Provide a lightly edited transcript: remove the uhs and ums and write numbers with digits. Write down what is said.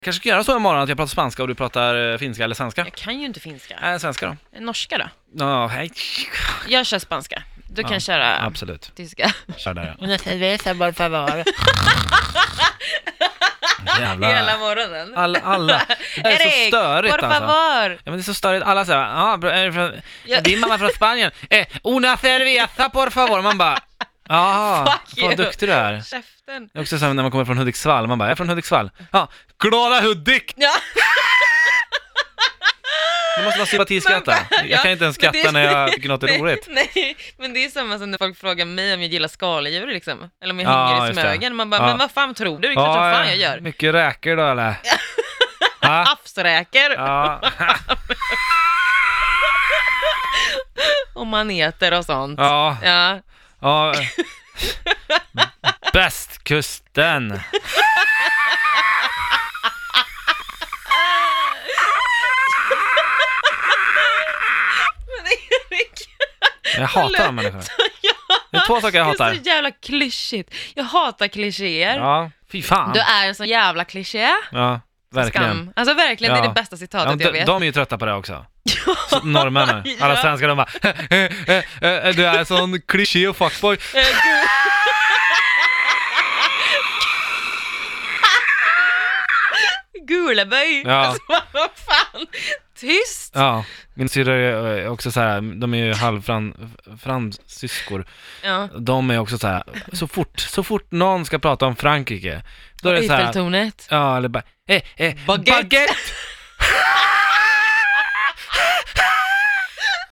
Kanske ska göra så imorgon att jag pratar spanska och du pratar finska eller svenska. Jag kan ju inte finska. Svenska då. Norska då? Ja, hej. Jag kör spanska. Du kan köra absolut. tyska. Kör där. Una cerveza, por favor. Jävla... Hela morgonen. Alla. Det är så störigt por alltså. favor. Ja, men det är så störigt. Alla säger, är det från... din mamma är från Spanien. Una cerveza, por favor. Man bara, vad duktig du är. Käften. Det är också så när man kommer från Hudiksvall. Man bara, jag är från Hudiksvall. Ja, glada Hudik! Ja. Du måste vara sympatiskratta. Jag kan inte ens skratta när jag tycker något är roligt. Nej, men det är samma som när folk frågar mig om jag gillar skaldjur liksom. Eller om jag hänger i Smögen. Man bara, men vad fan tror du? Det är klart som fan jag gör. Mycket räker då, eller? Havsräker. Ja. Och maneter och sånt. Ja. Ja. Bästkusten. Jag hatar de människor. Det är 2 saker jag hatar. Det är så jävla klyschigt. Jag hatar klichéer. Ja, fy fan. Du är en sån jävla kliché. Ja, verkligen. Skam. Alltså verkligen, det är det bästa citatet jag vet. De är ju trötta på det också. Norrmännen. Alla svenskar, de bara du är en sån kliché och fuckboy. Guleböj. Ja. Alltså, vad fan? Tyst. Ja, min syrra är också så här, de är ju halvfransyskor. Ja. De är också så här, så fort någon ska prata om Frankrike, då är det så här. Eiffeltornet. Ja, eller bara baguette.